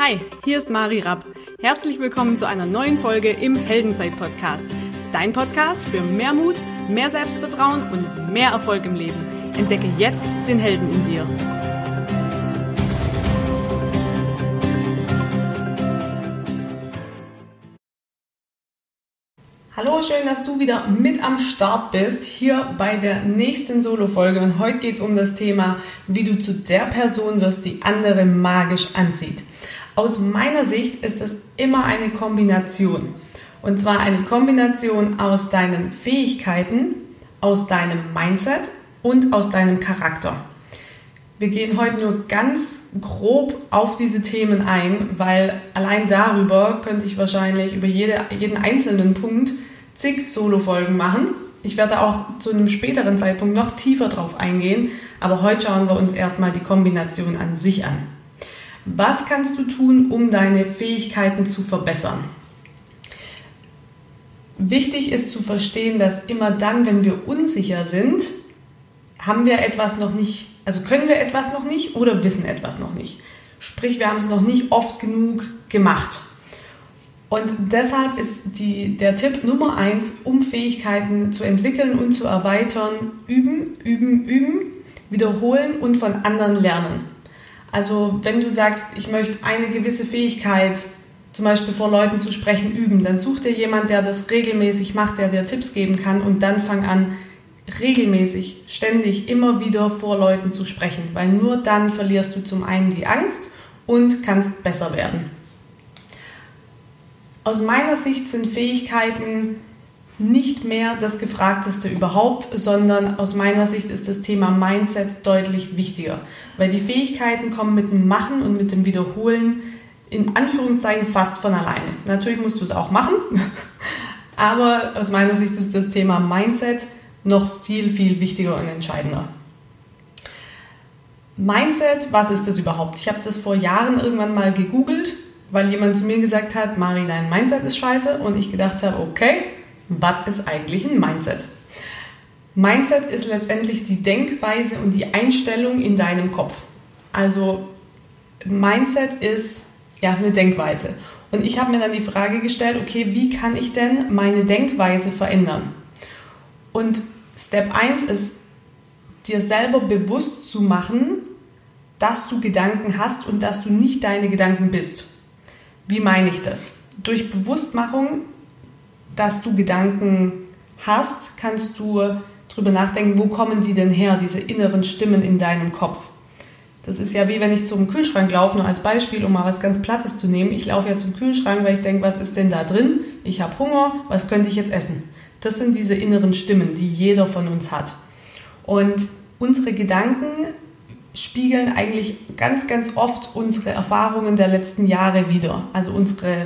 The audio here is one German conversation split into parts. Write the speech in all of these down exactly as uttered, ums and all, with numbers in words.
Hi, hier ist Mari Rapp. Herzlich willkommen zu einer neuen Folge im Heldenzeit-Podcast. Dein Podcast für mehr Mut, mehr Selbstvertrauen und mehr Erfolg im Leben. Entdecke jetzt den Helden in dir. Hallo, schön, dass du wieder mit am Start bist, hier bei der nächsten Solo-Folge. Und heute geht es um das Thema, wie du zu der Person wirst, die andere magisch anzieht. Aus meiner Sicht ist es immer eine Kombination. Und zwar eine Kombination aus deinen Fähigkeiten, aus deinem Mindset und aus deinem Charakter. Wir gehen heute nur ganz grob auf diese Themen ein, weil allein darüber könnte ich wahrscheinlich über jede, jeden einzelnen Punkt zig Solo-Folgen machen. Ich werde auch zu einem späteren Zeitpunkt noch tiefer drauf eingehen, aber heute schauen wir uns erstmal die Kombination an sich an. Was kannst du tun, um deine Fähigkeiten zu verbessern? Wichtig ist zu verstehen, dass immer dann, wenn wir unsicher sind, haben wir etwas noch nicht, also können wir etwas noch nicht oder wissen etwas noch nicht. Sprich, wir haben es noch nicht oft genug gemacht. Und deshalb ist die, der Tipp Nummer eins, um Fähigkeiten zu entwickeln und zu erweitern, üben, üben, üben, wiederholen und von anderen lernen. Also wenn du sagst, ich möchte eine gewisse Fähigkeit, zum Beispiel vor Leuten zu sprechen, üben, dann such dir jemand, der das regelmäßig macht, der dir Tipps geben kann und dann fang an, regelmäßig, ständig, immer wieder vor Leuten zu sprechen, weil nur dann verlierst du zum einen die Angst und kannst besser werden. Aus meiner Sicht sind Fähigkeiten nicht mehr das Gefragteste überhaupt, sondern aus meiner Sicht ist das Thema Mindset deutlich wichtiger, weil die Fähigkeiten kommen mit dem Machen und mit dem Wiederholen in Anführungszeichen fast von alleine. Natürlich musst du es auch machen, aber aus meiner Sicht ist das Thema Mindset noch viel, viel wichtiger und entscheidender. Mindset, was ist das überhaupt? Ich habe das vor Jahren irgendwann mal gegoogelt, weil jemand zu mir gesagt hat, Mari, dein Mindset ist scheiße, und ich gedacht habe, okay, was ist eigentlich ein Mindset? Mindset ist letztendlich die Denkweise und die Einstellung in deinem Kopf. Also Mindset ist ja eine Denkweise. Und ich habe mir dann die Frage gestellt, okay, wie kann ich denn meine Denkweise verändern? Und Step eins ist, dir selber bewusst zu machen, dass du Gedanken hast und dass du nicht deine Gedanken bist. Wie meine ich das? Durch Bewusstmachung, dass du Gedanken hast, kannst du darüber nachdenken, wo kommen die denn her, diese inneren Stimmen in deinem Kopf. Das ist ja wie wenn ich zum Kühlschrank laufe, nur als Beispiel, um mal was ganz Plattes zu nehmen. Ich laufe ja zum Kühlschrank, weil ich denke, was ist denn da drin? Ich habe Hunger, was könnte ich jetzt essen? Das sind diese inneren Stimmen, die jeder von uns hat. Und unsere Gedanken spiegeln eigentlich ganz, ganz oft unsere Erfahrungen der letzten Jahre wider. Also unsere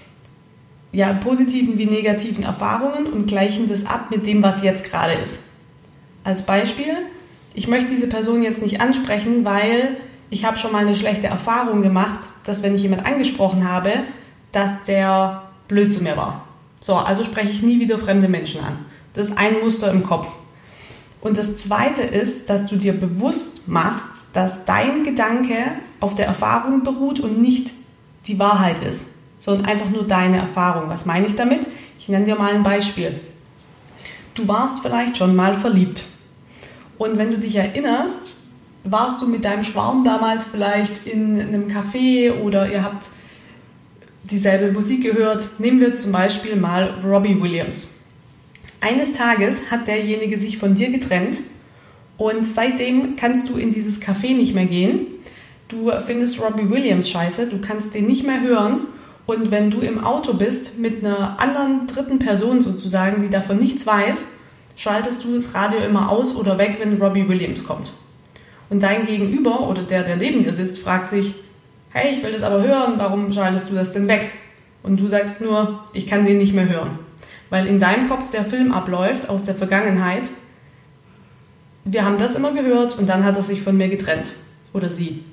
ja, positiven wie negativen Erfahrungen und gleichen das ab mit dem, was jetzt gerade ist. Als Beispiel, ich möchte diese Person jetzt nicht ansprechen, weil ich habe schon mal eine schlechte Erfahrung gemacht, dass wenn ich jemand angesprochen habe, dass der blöd zu mir war. So, also spreche ich nie wieder fremde Menschen an. Das ist ein Muster im Kopf. Und das Zweite ist, dass du dir bewusst machst, dass dein Gedanke auf der Erfahrung beruht und nicht die Wahrheit ist, sondern einfach nur deine Erfahrung. Was meine ich damit? Ich nenne dir mal ein Beispiel. Du warst vielleicht schon mal verliebt. Und wenn du dich erinnerst, warst du mit deinem Schwarm damals vielleicht in einem Café oder ihr habt dieselbe Musik gehört. Nehmen wir zum Beispiel mal Robbie Williams. Eines Tages hat derjenige sich von dir getrennt und seitdem kannst du in dieses Café nicht mehr gehen. Du findest Robbie Williams scheiße, du kannst den nicht mehr hören, und wenn du im Auto bist mit einer anderen dritten Person sozusagen, die davon nichts weiß, schaltest du das Radio immer aus oder weg, wenn Robbie Williams kommt. Und dein Gegenüber oder der, der neben dir sitzt, fragt sich, hey, ich will das aber hören, warum schaltest du das denn weg? Und du sagst nur, ich kann den nicht mehr hören. Weil in deinem Kopf der Film abläuft aus der Vergangenheit, wir haben das immer gehört und dann hat er sich von mir getrennt. Oder sie.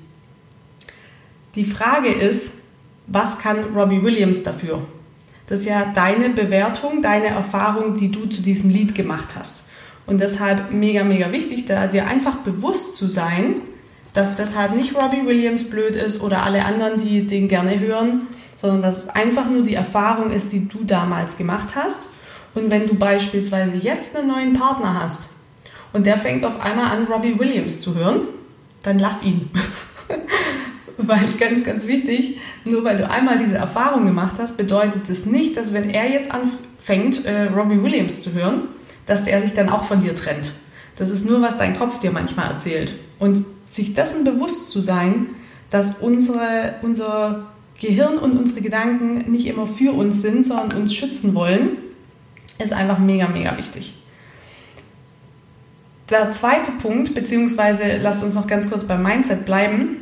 Die Frage ist, was kann Robbie Williams dafür? Das ist ja deine Bewertung, deine Erfahrung, die du zu diesem Lied gemacht hast. Und deshalb mega, mega wichtig, da dir einfach bewusst zu sein, dass deshalb nicht Robbie Williams blöd ist oder alle anderen, die den gerne hören, sondern dass es einfach nur die Erfahrung ist, die du damals gemacht hast. Und wenn du beispielsweise jetzt einen neuen Partner hast und der fängt auf einmal an, Robbie Williams zu hören, dann lass ihn. Weil ganz, ganz wichtig, nur weil du einmal diese Erfahrung gemacht hast, bedeutet es nicht, dass wenn er jetzt anfängt, äh, Robbie Williams zu hören, dass der sich dann auch von dir trennt. Das ist nur, was dein Kopf dir manchmal erzählt. Und sich dessen bewusst zu sein, dass unsere, unser Gehirn und unsere Gedanken nicht immer für uns sind, sondern uns schützen wollen, ist einfach mega, mega wichtig. Der zweite Punkt, beziehungsweise lasst uns noch ganz kurz beim Mindset bleiben.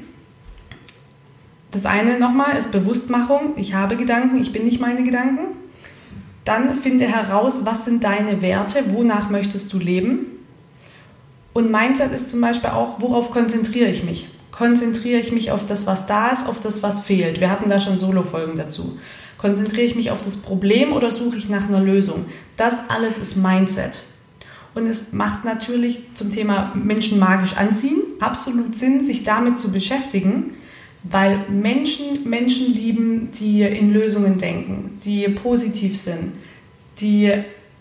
Das eine nochmal ist Bewusstmachung. Ich habe Gedanken, ich bin nicht meine Gedanken. Dann finde heraus, was sind deine Werte, wonach möchtest du leben. Und Mindset ist zum Beispiel auch, worauf konzentriere ich mich? Konzentriere ich mich auf das, was da ist, auf das, was fehlt? Wir hatten da schon Solo-Folgen dazu. Konzentriere ich mich auf das Problem oder suche ich nach einer Lösung? Das alles ist Mindset. Und es macht natürlich zum Thema Menschen magisch anziehen absolut Sinn, sich damit zu beschäftigen, weil Menschen Menschen lieben, die in Lösungen denken, die positiv sind, die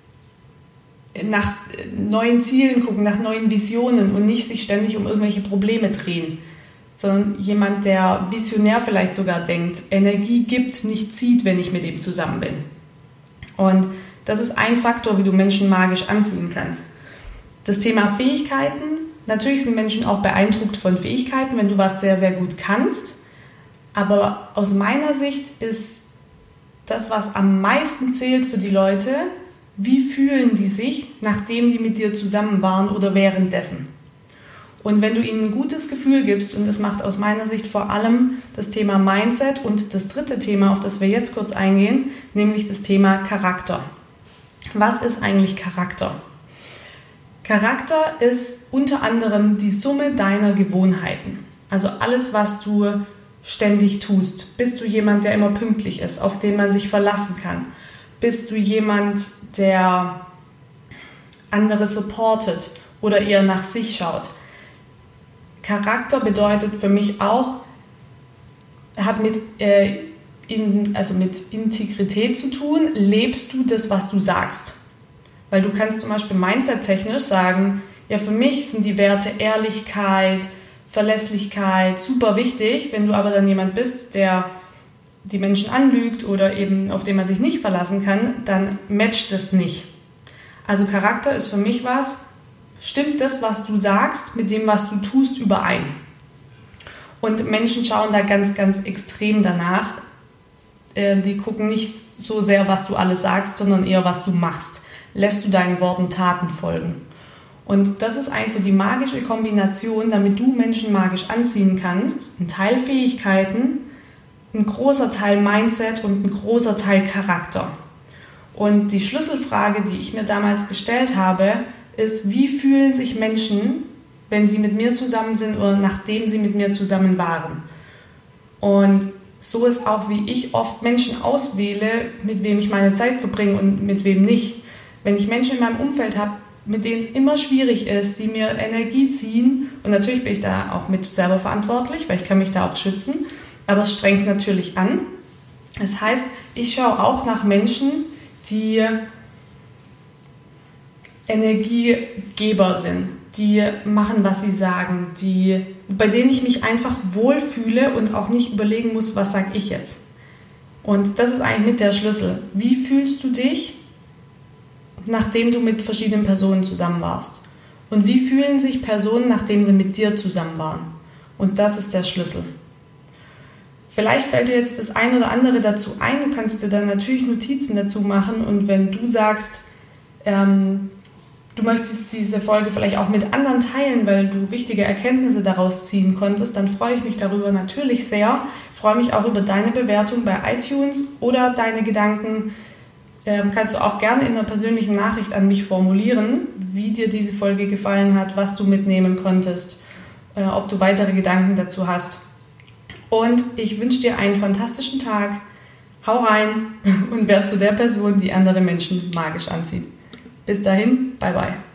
nach neuen Zielen gucken, nach neuen Visionen und nicht sich ständig um irgendwelche Probleme drehen, sondern jemand, der visionär vielleicht sogar denkt, Energie gibt, nicht zieht, wenn ich mit ihm zusammen bin. Und das ist ein Faktor, wie du Menschen magisch anziehen kannst. Das Thema Fähigkeiten, natürlich sind Menschen auch beeindruckt von Fähigkeiten, wenn du was sehr, sehr gut kannst, aber aus meiner Sicht ist das, was am meisten zählt für die Leute, wie fühlen die sich, nachdem die mit dir zusammen waren oder währenddessen. Und wenn du ihnen ein gutes Gefühl gibst, und das macht aus meiner Sicht vor allem das Thema Mindset und das dritte Thema, auf das wir jetzt kurz eingehen, nämlich das Thema Charakter. Was ist eigentlich Charakter? Charakter ist unter anderem die Summe deiner Gewohnheiten. Also alles, was du ständig tust. Bist du jemand, der immer pünktlich ist, auf den man sich verlassen kann? Bist du jemand, der andere supportet oder eher nach sich schaut? Charakter bedeutet für mich auch, hat mit, äh, in, also mit Integrität zu tun. Lebst du das, was du sagst? Weil du kannst zum Beispiel mindset-technisch sagen, ja, für mich sind die Werte Ehrlichkeit, Verlässlichkeit super wichtig. Wenn du aber dann jemand bist, der die Menschen anlügt oder eben auf den man sich nicht verlassen kann, dann matcht das nicht. Also Charakter ist für mich was, stimmt das, was du sagst, mit dem, was du tust, überein? Und Menschen schauen da ganz, ganz extrem danach. Die gucken nicht so sehr, was du alles sagst, sondern eher, was du machst. Lässt du deinen Worten Taten folgen? Und das ist eigentlich so die magische Kombination, damit du Menschen magisch anziehen kannst. Ein Teil Fähigkeiten, ein großer Teil Mindset und ein großer Teil Charakter. Und die Schlüsselfrage, die ich mir damals gestellt habe, ist, wie fühlen sich Menschen, wenn sie mit mir zusammen sind oder nachdem sie mit mir zusammen waren? Und so ist auch, wie ich oft Menschen auswähle, mit wem ich meine Zeit verbringe und mit wem nicht. Wenn ich Menschen in meinem Umfeld habe, mit denen es immer schwierig ist, die mir Energie ziehen, und natürlich bin ich da auch mit selber verantwortlich, weil ich kann mich da auch schützen, aber es strengt natürlich an. Das heißt, ich schaue auch nach Menschen, die Energiegeber sind, die machen, was sie sagen, die, bei denen ich mich einfach wohlfühle und auch nicht überlegen muss, was sage ich jetzt. Und das ist eigentlich mit der Schlüssel. Wie fühlst du dich, nachdem du mit verschiedenen Personen zusammen warst? Und wie fühlen sich Personen, nachdem sie mit dir zusammen waren? Und das ist der Schlüssel. Vielleicht fällt dir jetzt das ein oder andere dazu ein. Du kannst dir dann natürlich Notizen dazu machen. Und wenn du sagst, ähm, du möchtest diese Folge vielleicht auch mit anderen teilen, weil du wichtige Erkenntnisse daraus ziehen konntest, dann freue ich mich darüber natürlich sehr. Ich freue mich auch über deine Bewertung bei iTunes oder deine Gedanken. Ähm, kannst du auch gerne in einer persönlichen Nachricht an mich formulieren, wie dir diese Folge gefallen hat, was du mitnehmen konntest, äh, ob du weitere Gedanken dazu hast. Und ich wünsche dir einen fantastischen Tag. Hau rein und werd zu der Person, die andere Menschen magisch anzieht. Bis dahin, bye bye.